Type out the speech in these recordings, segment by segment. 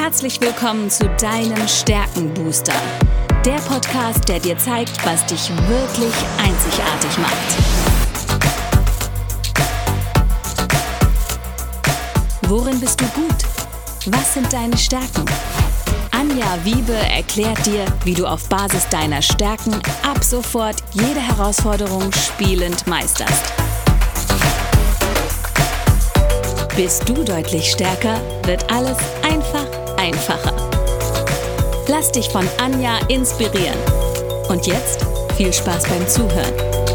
Herzlich willkommen zu deinem Stärkenbooster. Der Podcast, der dir zeigt, was dich wirklich einzigartig macht. Worin bist du gut? Was sind deine Stärken? Anja Wiebe erklärt dir, wie du auf Basis deiner Stärken ab sofort jede Herausforderung spielend meisterst. Bist du deutlich stärker, wird alles einfach einfacher. Lass dich von Anja inspirieren. Und jetzt viel Spaß beim Zuhören.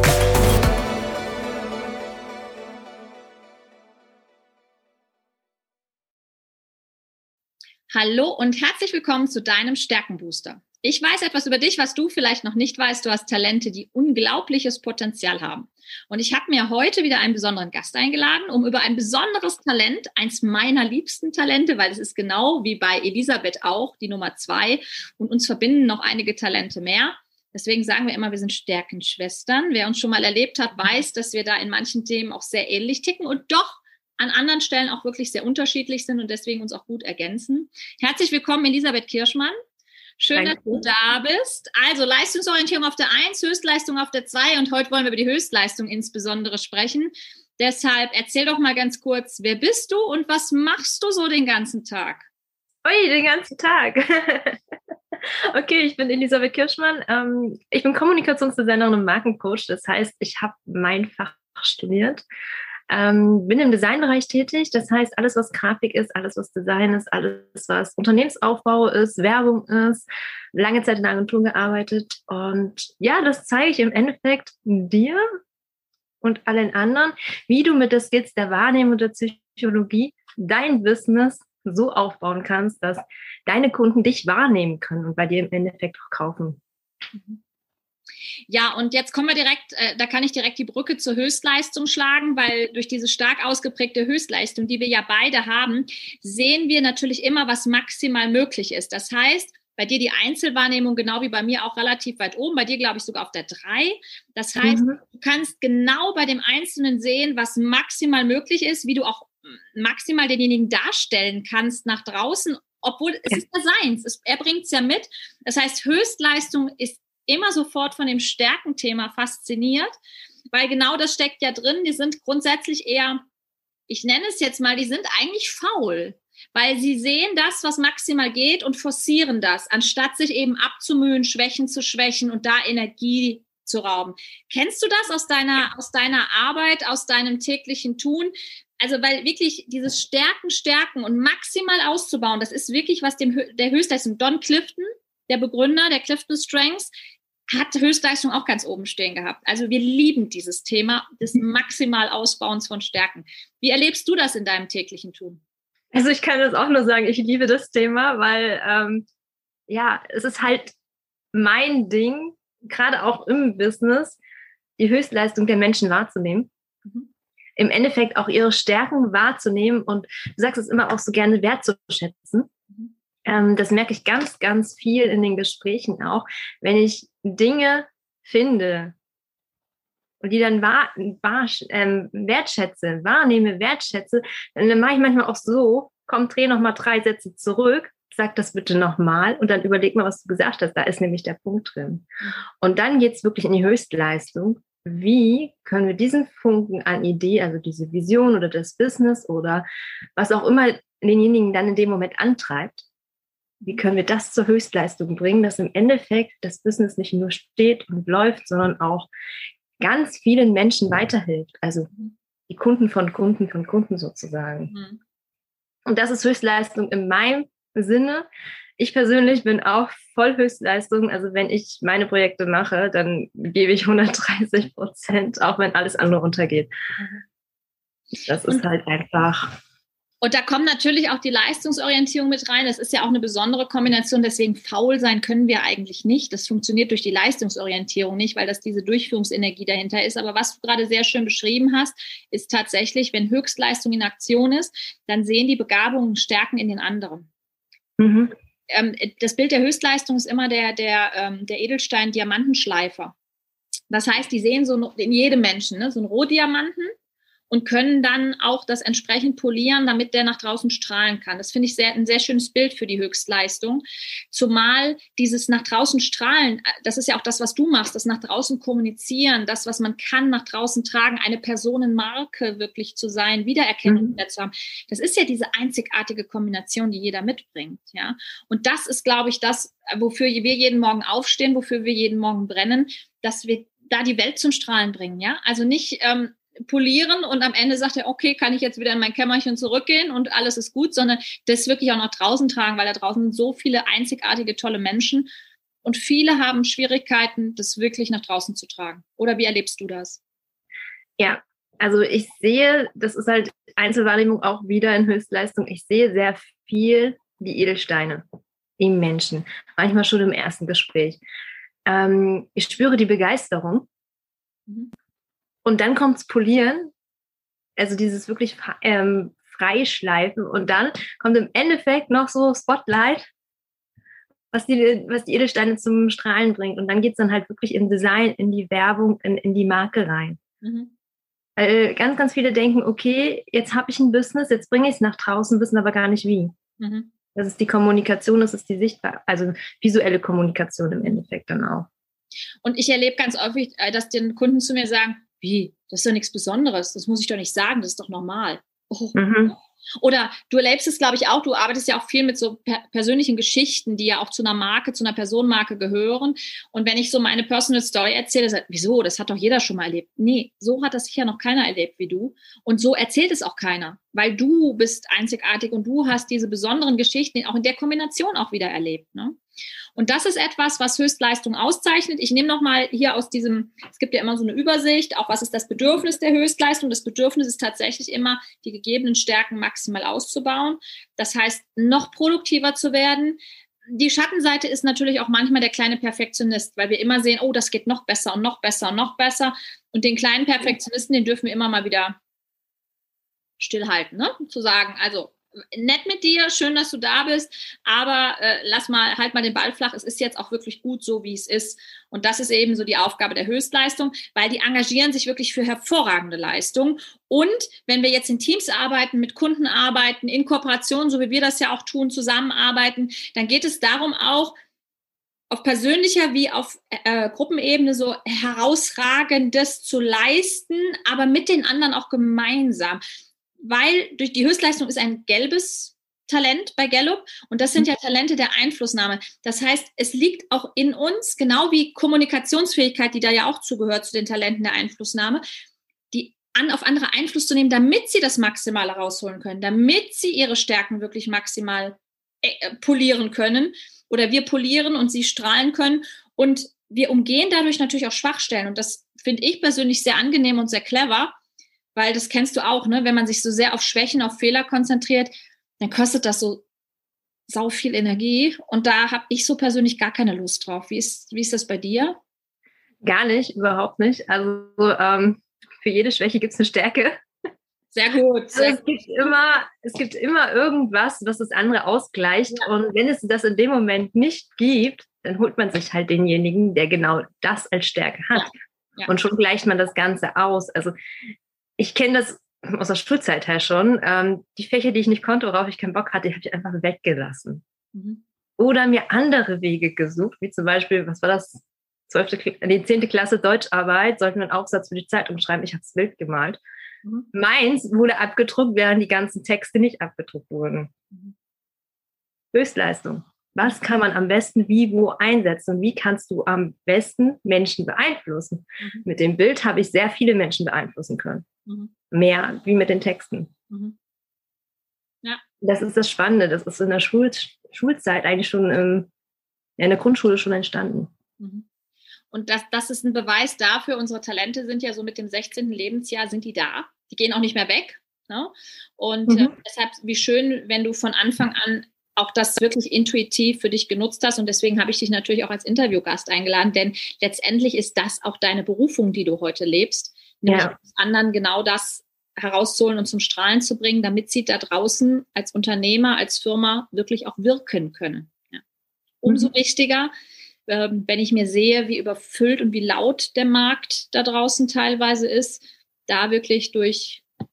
Hallo und herzlich willkommen zu deinem Stärkenbooster. Ich weiß etwas über dich, was du vielleicht noch nicht weißt. Du hast Talente, die unglaubliches Potenzial haben. Und ich habe mir heute wieder einen besonderen Gast eingeladen, um über ein besonderes Talent, eins meiner liebsten Talente, weil es ist genau wie bei Elisabeth auch die Nummer 2 und uns verbinden noch einige Talente mehr. Deswegen sagen wir immer, wir sind Stärkenschwestern. Wer uns schon mal erlebt hat, weiß, dass wir da in manchen Themen auch sehr ähnlich ticken und doch an anderen Stellen auch wirklich sehr unterschiedlich sind und deswegen uns auch gut ergänzen. Herzlich willkommen, Elisabeth Kirschmann. Schön, Danke, dass du da bist. Also Leistungsorientierung auf der 1, Höchstleistung auf der 2 und heute wollen wir über die Höchstleistung insbesondere sprechen. Deshalb erzähl doch mal ganz kurz, wer bist du und was machst du so den ganzen Tag? Ui, den ganzen Tag. Okay, ich bin Elisabeth Kirschmann. Ich bin Kommunikationsdesignerin und Markencoach. Das heißt, ich habe mein Fach studiert. Bin im Designbereich tätig, das heißt, alles, was Grafik ist, alles, was Design ist, alles, was Unternehmensaufbau ist, Werbung ist, lange Zeit in der Agentur gearbeitet und ja, das zeige ich im Endeffekt dir und allen anderen, wie du mit den Skills der Wahrnehmung und der Psychologie dein Business so aufbauen kannst, dass deine Kunden dich wahrnehmen können und bei dir im Endeffekt auch kaufen. Ja, und jetzt kommen wir direkt, da kann ich direkt die Brücke zur Höchstleistung schlagen, weil durch diese stark ausgeprägte Höchstleistung, die wir ja beide haben, sehen wir natürlich immer, was maximal möglich ist. Das heißt, bei dir die Einzelwahrnehmung genau wie bei mir auch relativ weit oben, bei dir glaube ich sogar auf der 3. Das heißt, du kannst genau bei dem Einzelnen sehen, was maximal möglich ist, wie du auch maximal denjenigen darstellen kannst nach draußen, obwohl es ist ja seins, er bringt es ja mit. Das heißt, Höchstleistung ist immer sofort von dem Stärkenthema fasziniert, weil genau das steckt ja drin. Die sind grundsätzlich eher, ich nenne es jetzt mal, die sind eigentlich faul, weil sie sehen das, was maximal geht und forcieren das, anstatt sich eben abzumühen, Schwächen zu schwächen und da Energie zu rauben. Kennst du das aus deiner Arbeit, aus deinem täglichen Tun? Also weil wirklich dieses Stärken und maximal auszubauen, das ist wirklich was der Höchstleistung. Don Clifton, der Begründer der Clifton Strengths, hat Höchstleistung auch ganz oben stehen gehabt. Also wir lieben dieses Thema des maximal Ausbauens von Stärken. Wie erlebst du das in deinem täglichen Tun? Also ich kann das auch nur sagen, ich liebe das Thema, weil es ist halt mein Ding, gerade auch im Business, die Höchstleistung der Menschen wahrzunehmen. Im Endeffekt auch ihre Stärken wahrzunehmen und du sagst es immer auch so gerne wertzuschätzen. Das merke ich ganz, ganz viel in den Gesprächen auch, wenn ich Dinge finde und die dann wahrnehme, wertschätze, dann mache ich manchmal auch so, komm, dreh nochmal 3 Sätze zurück, sag das bitte nochmal und dann überleg mal, was du gesagt hast, da ist nämlich der Punkt drin. Und dann geht's wirklich in die Höchstleistung. Wie können wir diesen Funken an Idee, also diese Vision oder das Business oder was auch immer denjenigen dann in dem Moment antreibt, wie können wir das zur Höchstleistung bringen, dass im Endeffekt das Business nicht nur steht und läuft, sondern auch ganz vielen Menschen weiterhilft. Also die Kunden von Kunden sozusagen. Und das ist Höchstleistung in meinem Sinne. Ich persönlich bin auch voll Höchstleistung. Also wenn ich meine Projekte mache, dann gebe ich 130%, auch wenn alles andere untergeht. Das ist halt einfach... Und da kommt natürlich auch die Leistungsorientierung mit rein. Das ist ja auch eine besondere Kombination. Deswegen faul sein können wir eigentlich nicht. Das funktioniert durch die Leistungsorientierung nicht, weil das diese Durchführungsenergie dahinter ist. Aber was du gerade sehr schön beschrieben hast, ist tatsächlich, wenn Höchstleistung in Aktion ist, dann sehen die Begabungen und Stärken in den anderen. Das Bild der Höchstleistung ist immer der Edelstein-Diamantenschleifer. Das heißt, die sehen so in jedem Menschen, ne, so einen Rohdiamanten. und können dann auch das entsprechend polieren, damit der nach draußen strahlen kann. Das finde ich ein sehr schönes Bild für die Höchstleistung. Zumal dieses nach draußen strahlen, das ist ja auch das, was du machst, das nach draußen kommunizieren, das, was man kann, nach draußen tragen, eine Personenmarke wirklich zu sein, Wiedererkennung zu haben. Das ist ja diese einzigartige Kombination, die jeder mitbringt. Ja? Und das ist, glaube ich, das, wofür wir jeden Morgen aufstehen, wofür wir jeden Morgen brennen, dass wir da die Welt zum Strahlen bringen. Ja? Also nicht polieren und am Ende sagt er, okay, kann ich jetzt wieder in mein Kämmerchen zurückgehen und alles ist gut, sondern das wirklich auch nach draußen tragen, weil da draußen sind so viele einzigartige, tolle Menschen und viele haben Schwierigkeiten, das wirklich nach draußen zu tragen. Oder wie erlebst du das? Ja, also ich sehe, das ist halt Einzelwahrnehmung auch wieder in Höchstleistung, ich sehe sehr viel die Edelsteine im Menschen, manchmal schon im ersten Gespräch. Ich spüre die Begeisterung. Und dann kommt's Polieren, also dieses wirklich Freischleifen. Und dann kommt im Endeffekt noch so Spotlight, was die Edelsteine zum Strahlen bringt. Und dann geht's dann halt wirklich in Design, in die Werbung, in die Marke rein. Weil ganz, ganz viele denken, okay, jetzt habe ich ein Business, jetzt bringe ich es nach draußen, wissen aber gar nicht wie. Das ist die Kommunikation, das ist die Sichtbarkeit, also visuelle Kommunikation im Endeffekt dann auch. Und ich erlebe ganz häufig, dass die Kunden zu mir sagen, wie, das ist doch nichts Besonderes, das muss ich doch nicht sagen, das ist doch normal. Oh. Oder du erlebst es, glaube ich, auch, du arbeitest ja auch viel mit so persönlichen Geschichten, die ja auch zu einer Marke, zu einer Personenmarke gehören. Und wenn ich so meine Personal Story erzähle, sagt, wieso, das hat doch jeder schon mal erlebt. Nee, so hat das sicher noch keiner erlebt wie du. Und so erzählt es auch keiner, weil du bist einzigartig und du hast diese besonderen Geschichten auch in der Kombination auch wieder erlebt, ne? Und das ist etwas, was Höchstleistung auszeichnet. Ich nehme nochmal hier aus diesem, es gibt ja immer so eine Übersicht, auch was ist das Bedürfnis der Höchstleistung. Das Bedürfnis ist tatsächlich immer, die gegebenen Stärken maximal auszubauen. Das heißt, noch produktiver zu werden. Die Schattenseite ist natürlich auch manchmal der kleine Perfektionist, weil wir immer sehen, oh, das geht noch besser und noch besser und noch besser. Und den kleinen Perfektionisten, den dürfen wir immer mal wieder stillhalten, ne? Zu sagen, also nett mit dir, schön, dass du da bist, aber halt mal den Ball flach, es ist jetzt auch wirklich gut so, wie es ist. Und das ist eben so die Aufgabe der Höchstleistung, weil die engagieren sich wirklich für hervorragende Leistungen. Und wenn wir jetzt in Teams arbeiten, mit Kunden arbeiten, in Kooperation, so wie wir das ja auch tun, zusammenarbeiten, dann geht es darum auch, auf persönlicher wie auf Gruppenebene so Herausragendes zu leisten, aber mit den anderen auch gemeinsam. Weil durch die Höchstleistung ist ein gelbes Talent bei Gallup und das sind ja Talente der Einflussnahme. Das heißt, es liegt auch in uns, genau wie Kommunikationsfähigkeit, die da ja auch zugehört zu den Talenten der Einflussnahme, auf andere Einfluss zu nehmen, damit sie das Maximale rausholen können, damit sie ihre Stärken wirklich maximal polieren können oder wir polieren und sie strahlen können und wir umgehen dadurch natürlich auch Schwachstellen und das finde ich persönlich sehr angenehm und sehr clever, weil das kennst du auch, ne? Wenn man sich so sehr auf Schwächen, auf Fehler konzentriert, dann kostet das so sau viel Energie. Und da habe ich so persönlich gar keine Lust drauf. Wie ist das bei dir? Gar nicht, überhaupt nicht. Also für jede Schwäche gibt es eine Stärke. Sehr gut. Es gibt immer irgendwas, was das andere ausgleicht. Ja. Und wenn es das in dem Moment nicht gibt, dann holt man sich halt denjenigen, der genau das als Stärke hat. Ja. Und schon gleicht man das Ganze aus. Also ich kenne das aus der Schulzeit her schon. Die Fächer, die ich nicht konnte, worauf ich keinen Bock hatte, die habe ich einfach weggelassen. Oder mir andere Wege gesucht, wie zum Beispiel, was war das? 10. Klasse Deutscharbeit, sollten wir einen Aufsatz für die Zeitung schreiben. Ich habe das Bild gemalt. Meins wurde abgedruckt, während die ganzen Texte nicht abgedruckt wurden. Höchstleistung. Was kann man am besten wie, wo einsetzen? Und wie kannst du am besten Menschen beeinflussen? Mit dem Bild habe ich sehr viele Menschen beeinflussen können. Mehr wie mit den Texten. Ja. Das ist das Spannende. Das ist in der Schulzeit eigentlich schon in der Grundschule schon entstanden. Und das ist ein Beweis dafür, unsere Talente sind ja so mit dem 16. Lebensjahr, sind die da. Die gehen auch nicht mehr weg. Ne? Und deshalb, wie schön, wenn du von Anfang an auch das wirklich intuitiv für dich genutzt hast. Und deswegen habe ich dich natürlich auch als Interviewgast eingeladen, denn letztendlich ist das auch deine Berufung, die du heute lebst, nämlich anderen genau das herauszuholen und zum Strahlen zu bringen, damit sie da draußen als Unternehmer, als Firma wirklich auch wirken können. Ja. Umso wichtiger, wenn ich mir sehe, wie überfüllt und wie laut der Markt da draußen teilweise ist, da wirklich durch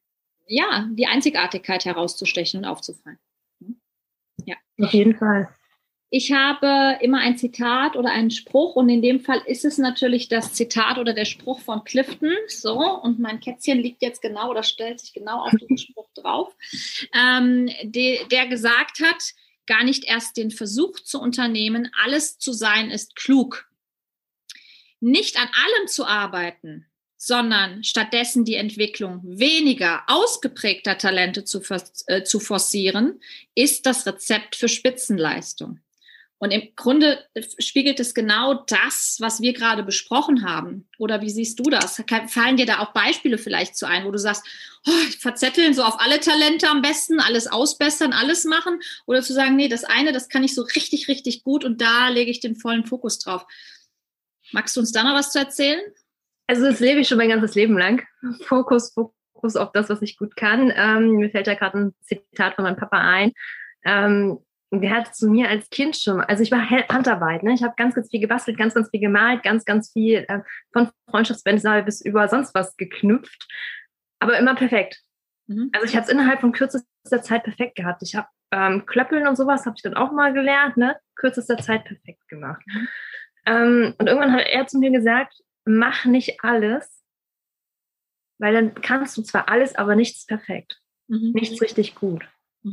die Einzigartigkeit herauszustechen und aufzufallen. Ja. Auf jeden Fall. Ich habe immer ein Zitat oder einen Spruch und in dem Fall ist es natürlich das Zitat oder der Spruch von Clifton. So, und mein Kätzchen liegt jetzt genau oder stellt sich genau auf diesen Spruch drauf, der gesagt hat, gar nicht erst den Versuch zu unternehmen, alles zu sein, ist klug. Nicht an allem zu arbeiten, sondern stattdessen die Entwicklung weniger ausgeprägter Talente zu forcieren, ist das Rezept für Spitzenleistung. Und im Grunde spiegelt es genau das, was wir gerade besprochen haben. Oder wie siehst du das? Fallen dir da auch Beispiele vielleicht zu ein, wo du sagst, verzetteln so auf alle Talente am besten, alles ausbessern, alles machen? Oder zu sagen, nee, das eine, das kann ich so richtig, richtig gut und da lege ich den vollen Fokus drauf. Magst du uns da noch was zu erzählen? Also das lebe ich schon mein ganzes Leben lang. Fokus auf das, was ich gut kann. Mir fällt da gerade ein Zitat von meinem Papa ein. Der hat zu mir als Kind schon, also ich war Handarbeit, ne? Ich habe ganz, ganz viel gebastelt, ganz, ganz viel gemalt, ganz, ganz viel von Freundschaftsbänden bis über sonst was geknüpft, aber immer perfekt. Also ich habe es innerhalb von kürzester Zeit perfekt gehabt. Ich habe Klöppeln und sowas habe ich dann auch mal gelernt, ne? Kürzester Zeit perfekt gemacht. Und irgendwann hat er zu mir gesagt, mach nicht alles, weil dann kannst du zwar alles, aber nichts perfekt, nichts richtig gut.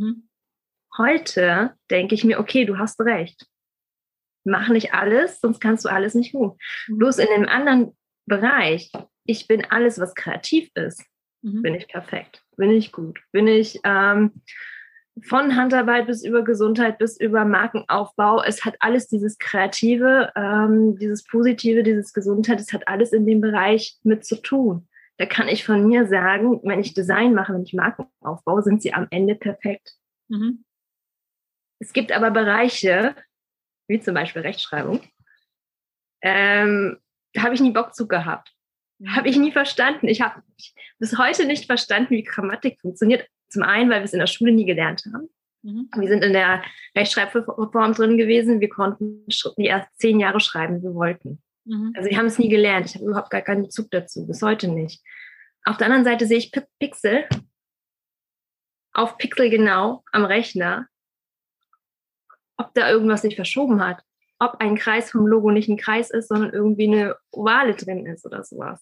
Heute denke ich mir, okay, du hast recht. Mach nicht alles, sonst kannst du alles nicht gut. Bloß in dem anderen Bereich, ich bin alles, was kreativ ist, bin ich perfekt, bin ich gut, bin ich von Handarbeit bis über Gesundheit, bis über Markenaufbau. Es hat alles dieses Kreative, dieses Positive, dieses Gesundheit, es hat alles in dem Bereich mit zu tun. Da kann ich von mir sagen, wenn ich Design mache, wenn ich Marken aufbaue, sind sie am Ende perfekt. Es gibt aber Bereiche, wie zum Beispiel Rechtschreibung, da habe ich nie Bock zu gehabt. Habe ich nie verstanden. Ich habe bis heute nicht verstanden, wie Grammatik funktioniert. Zum einen, weil wir es in der Schule nie gelernt haben. Wir sind in der Rechtschreibreform drin gewesen. Wir konnten die erst 10 Jahre schreiben, wie wir wollten. Also wir haben es nie gelernt. Ich habe überhaupt gar keinen Bezug dazu, bis heute nicht. Auf der anderen Seite sehe ich Pixel auf Pixel genau am Rechner, ob da irgendwas sich verschoben hat, ob ein Kreis vom Logo nicht ein Kreis ist, sondern irgendwie eine Ovale drin ist oder sowas.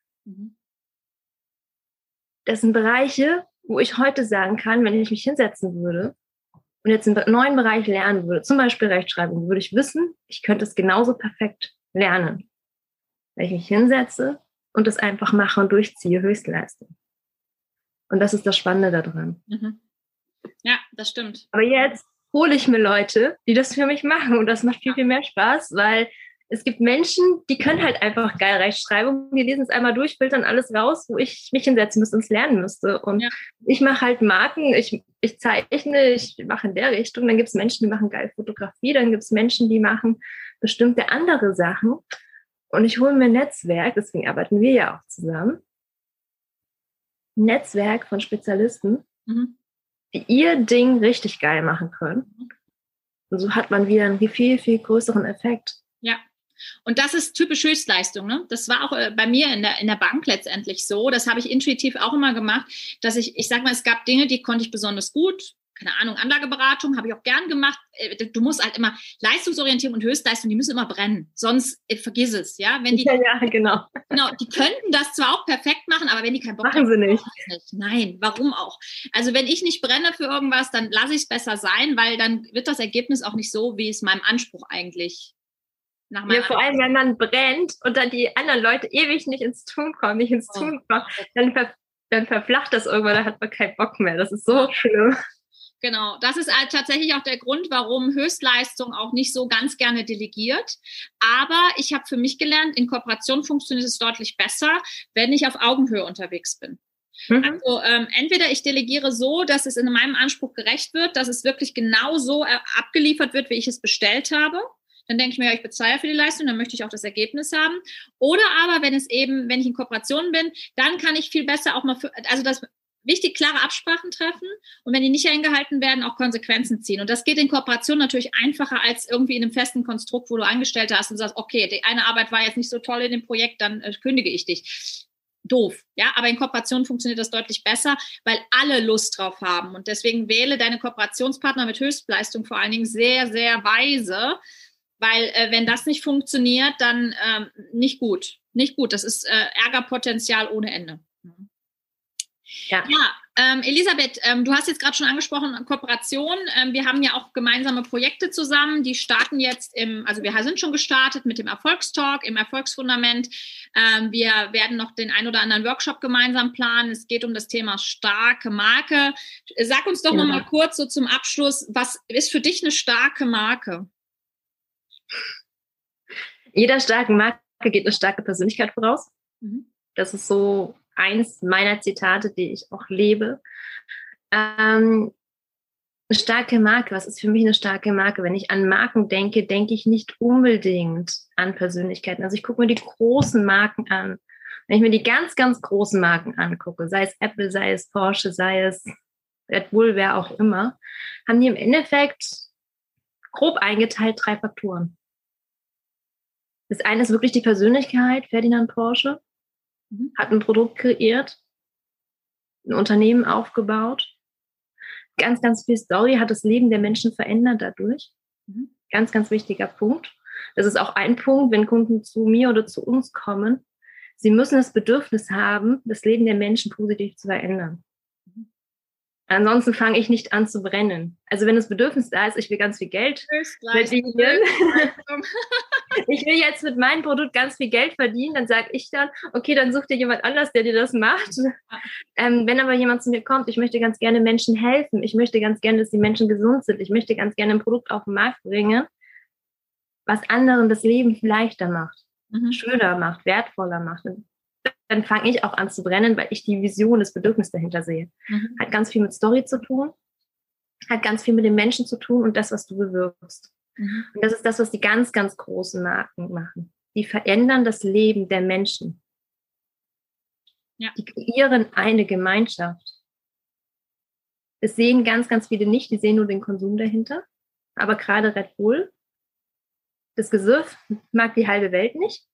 Das sind Bereiche, wo ich heute sagen kann, wenn ich mich hinsetzen würde und jetzt einen neuen Bereich lernen würde, zum Beispiel Rechtschreibung, würde ich wissen, ich könnte es genauso perfekt lernen, wenn ich mich hinsetze und es einfach mache und durchziehe, Höchstleistung. Und das ist das Spannende daran. Ja, das stimmt. Aber jetzt hole ich mir Leute, die das für mich machen und das macht viel, viel mehr Spaß, weil es gibt Menschen, die können halt einfach geil Rechtschreibung, die lesen es einmal durch, filtern alles raus, wo ich mich hinsetzen müsste und es lernen müsste. Und ich mache halt Marken, ich zeichne, ich mache in der Richtung. Dann gibt es Menschen, die machen geil Fotografie, dann gibt es Menschen, die machen bestimmte andere Sachen. Und ich hole mir ein Netzwerk, deswegen arbeiten wir ja auch zusammen, ein Netzwerk von Spezialisten, die ihr Ding richtig geil machen können. Und so hat man wieder einen viel, viel größeren Effekt. Ja. Und das ist typisch Höchstleistung, ne? Das war auch bei mir in der Bank letztendlich so. Das habe ich intuitiv auch immer gemacht, dass ich sag mal, es gab Dinge, die konnte ich besonders gut. Keine Ahnung, Anlageberatung habe ich auch gern gemacht. Du musst halt immer Leistungsorientierung und Höchstleistung, die müssen immer brennen. Sonst vergiss es, ja? Wenn die, ja, genau. Genau, die könnten das zwar auch perfekt machen, aber wenn die keinen Bock haben, machen sie nicht. Nein, warum auch? Also wenn ich nicht brenne für irgendwas, dann lasse ich es besser sein, weil dann wird das Ergebnis auch nicht so, wie es meinem Anspruch eigentlich nach meinem vor allem, wenn man brennt und dann die anderen Leute ewig nicht ins Tun kommen, dann verflacht das irgendwann, dann hat man keinen Bock mehr. Das ist so schlimm. Genau, das ist halt tatsächlich auch der Grund, warum Höchstleistung auch nicht so ganz gerne delegiert. Aber ich habe für mich gelernt, in Kooperation funktioniert es deutlich besser, wenn ich auf Augenhöhe unterwegs bin. Also entweder ich delegiere so, dass es in meinem Anspruch gerecht wird, dass es wirklich genau so abgeliefert wird, wie ich es bestellt habe. Dann denke ich mir, ja, ich bezahle für die Leistung, dann möchte ich auch das Ergebnis haben. Oder aber, wenn ich in Kooperation bin, dann kann ich viel besser auch mal wichtig, klare Absprachen treffen und wenn die nicht eingehalten werden, auch Konsequenzen ziehen. Und das geht in Kooperation natürlich einfacher als irgendwie in einem festen Konstrukt, wo du Angestellte hast und sagst, okay, die eine Arbeit war jetzt nicht so toll in dem Projekt, dann kündige ich dich. doof. Ja, aber in Kooperation funktioniert das deutlich besser, weil alle Lust drauf haben. Und deswegen wähle deine Kooperationspartner mit Höchstleistung vor allen Dingen sehr, sehr weise, weil wenn das nicht funktioniert, dann nicht gut. Nicht gut. Das ist Ärgerpotenzial ohne Ende. Ja, Elisabeth, du hast jetzt gerade schon angesprochen, Kooperation. Wir haben ja auch gemeinsame Projekte zusammen, die starten jetzt wir sind schon gestartet mit dem Erfolgstalk, im Erfolgsfundament. Wir werden noch den ein oder anderen Workshop gemeinsam planen. Es geht um das Thema starke Marke. Sag uns doch noch mal kurz so zum Abschluss, was ist für dich eine starke Marke? Jeder starken Marke geht eine starke Persönlichkeit voraus. Das ist so eins meiner Zitate, die ich auch lebe. Eine starke Marke, was ist für mich eine starke Marke? Wenn ich an Marken denke, denke ich nicht unbedingt an Persönlichkeiten. Also ich gucke mir die großen Marken an. Wenn ich mir die ganz, ganz großen Marken angucke, sei es Apple, sei es Porsche, sei es Red Bull, wer auch immer, haben die im Endeffekt grob eingeteilt 3 Faktoren. Das eine ist wirklich die Persönlichkeit, Ferdinand Porsche, hat ein Produkt kreiert, ein Unternehmen aufgebaut, ganz, ganz viel Story, hat das Leben der Menschen verändert dadurch. Ganz, ganz wichtiger Punkt. Das ist auch ein Punkt, wenn Kunden zu mir oder zu uns kommen, sie müssen das Bedürfnis haben, das Leben der Menschen positiv zu verändern. Ansonsten fange ich nicht an zu brennen. Also wenn das Bedürfnis da ist, ich will ganz viel Geld verdienen, ich will jetzt mit meinem Produkt ganz viel Geld verdienen, dann sage ich dann, okay, dann such dir jemand anders, der dir das macht. Wenn aber jemand zu mir kommt, ich möchte ganz gerne Menschen helfen, ich möchte ganz gerne, dass die Menschen gesund sind, ich möchte ganz gerne ein Produkt auf den Markt bringen, was anderen das Leben leichter macht, schöner macht, wertvoller macht, dann fange ich auch an zu brennen, weil ich die Vision, das Bedürfnis dahinter sehe. Hat ganz viel mit Story zu tun, hat ganz viel mit den Menschen zu tun und das, was du bewirkst. Und das ist das, was die ganz, ganz großen Marken machen. Die verändern das Leben der Menschen. Ja. Die kreieren eine Gemeinschaft. Das sehen ganz, ganz viele nicht, die sehen nur den Konsum dahinter. Aber gerade Red Bull, das Gesöff mag die halbe Welt nicht.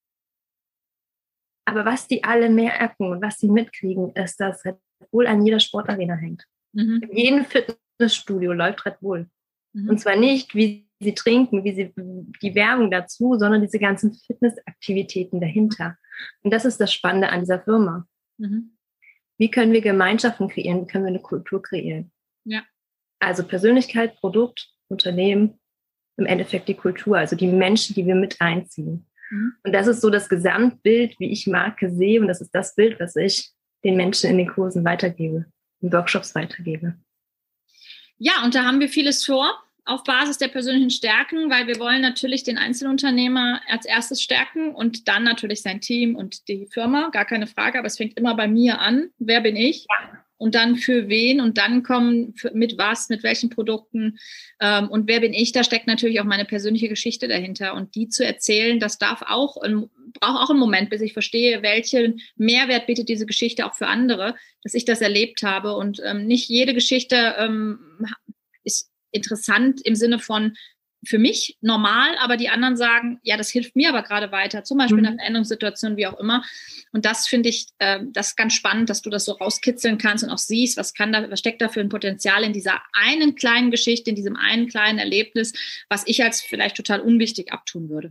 Aber was die alle merken und was sie mitkriegen, ist, dass Red Bull an jeder Sportarena hängt. In jedem Fitnessstudio läuft Red Bull. Und zwar nicht, wie sie trinken, die Werbung dazu, sondern diese ganzen Fitnessaktivitäten dahinter. Und das ist das Spannende an dieser Firma. Wie können wir Gemeinschaften kreieren? Wie können wir eine Kultur kreieren? Ja. Also Persönlichkeit, Produkt, Unternehmen, im Endeffekt die Kultur, also die Menschen, die wir mit einziehen. Und das ist so das Gesamtbild, wie ich Marke sehe. Und das ist das Bild, was ich den Menschen in den Kursen weitergebe, in Workshops weitergebe. Ja, und da haben wir vieles vor auf Basis der persönlichen Stärken, weil wir wollen natürlich den Einzelunternehmer als erstes stärken und dann natürlich sein Team und die Firma, gar keine Frage. Aber es fängt immer bei mir an. Wer bin ich? Ja. Und dann für wen und dann kommen mit was, mit welchen Produkten und wer bin ich, da steckt natürlich auch meine persönliche Geschichte dahinter und die zu erzählen, das braucht auch einen Moment, bis ich verstehe, welchen Mehrwert bietet diese Geschichte auch für andere, dass ich das erlebt habe und nicht jede Geschichte ist interessant im Sinne von für mich normal, aber die anderen sagen, ja, das hilft mir aber gerade weiter, zum Beispiel in einer Veränderungssituation, wie auch immer. Und das finde ich, das ist ganz spannend, dass du das so rauskitzeln kannst und auch siehst, was steckt da für ein Potenzial in dieser einen kleinen Geschichte, in diesem einen kleinen Erlebnis, was ich als vielleicht total unwichtig abtun würde.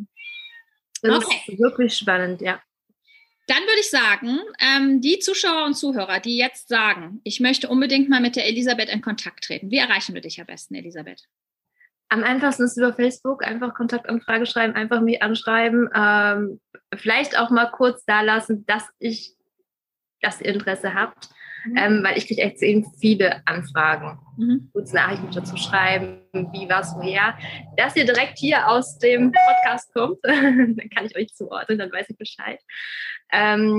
Das ist wirklich spannend, ja. Dann würde ich sagen, die Zuschauer und Zuhörer, die jetzt sagen, ich möchte unbedingt mal mit der Elisabeth in Kontakt treten. Wie erreichen wir dich am besten, Elisabeth? Am einfachsten ist über Facebook, einfach Kontaktanfrage schreiben, einfach mich anschreiben, vielleicht auch mal kurz da lassen, dass ihr Interesse habt, weil ich kriege extrem viele Anfragen, kurz Nachrichten dazu schreiben, wie, was, woher. Dass ihr direkt hier aus dem Podcast kommt, dann kann ich euch zuordnen, dann weiß ich Bescheid.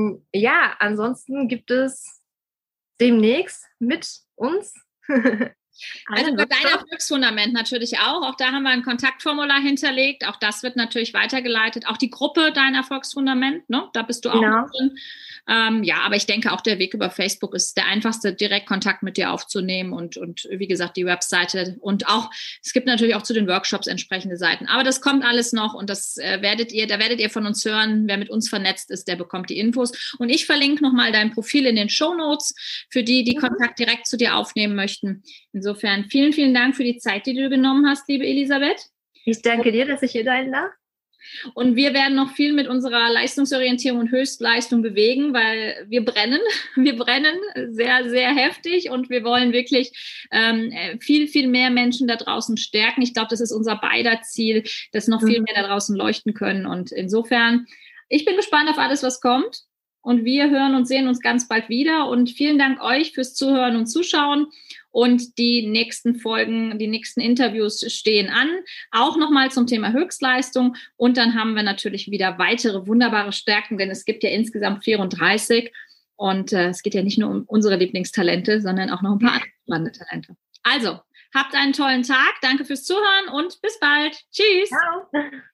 Ja, ansonsten gibt es demnächst mit uns Also bei dein Erfolgsfundament natürlich auch. Auch da haben wir ein Kontaktformular hinterlegt. Auch das wird natürlich weitergeleitet. Auch die Gruppe Dein Erfolgsfundament, ne? Da bist du auch drin. Ja, aber ich denke auch der Weg über Facebook ist der einfachste, direkt Kontakt mit dir aufzunehmen und wie gesagt die Webseite und auch, es gibt natürlich auch zu den Workshops entsprechende Seiten, aber das kommt alles noch und das werdet ihr von uns hören. Wer mit uns vernetzt ist, der bekommt die Infos und ich verlinke nochmal dein Profil in den Shownotes für die Kontakt direkt zu dir aufnehmen möchten. Insofern vielen, vielen Dank für die Zeit, die du genommen hast, liebe Elisabeth. Ich danke dir, dass ich hier sein darf. Und wir werden noch viel mit unserer Leistungsorientierung und Höchstleistung bewegen, weil wir brennen. Wir brennen sehr, sehr heftig und wir wollen wirklich viel, viel mehr Menschen da draußen stärken. Ich glaube, das ist unser beider Ziel, dass noch viel mehr da draußen leuchten können. Und insofern, ich bin gespannt auf alles, was kommt. Und wir hören und sehen uns ganz bald wieder. Und vielen Dank euch fürs Zuhören und Zuschauen. Und die nächsten Folgen, die nächsten Interviews stehen an. Auch nochmal zum Thema Höchstleistung. Und dann haben wir natürlich wieder weitere wunderbare Stärken, denn es gibt ja insgesamt 34. Und es geht ja nicht nur um unsere Lieblingstalente, sondern auch noch ein paar andere spannende Talente. Also, habt einen tollen Tag. Danke fürs Zuhören und bis bald. Tschüss. Ciao.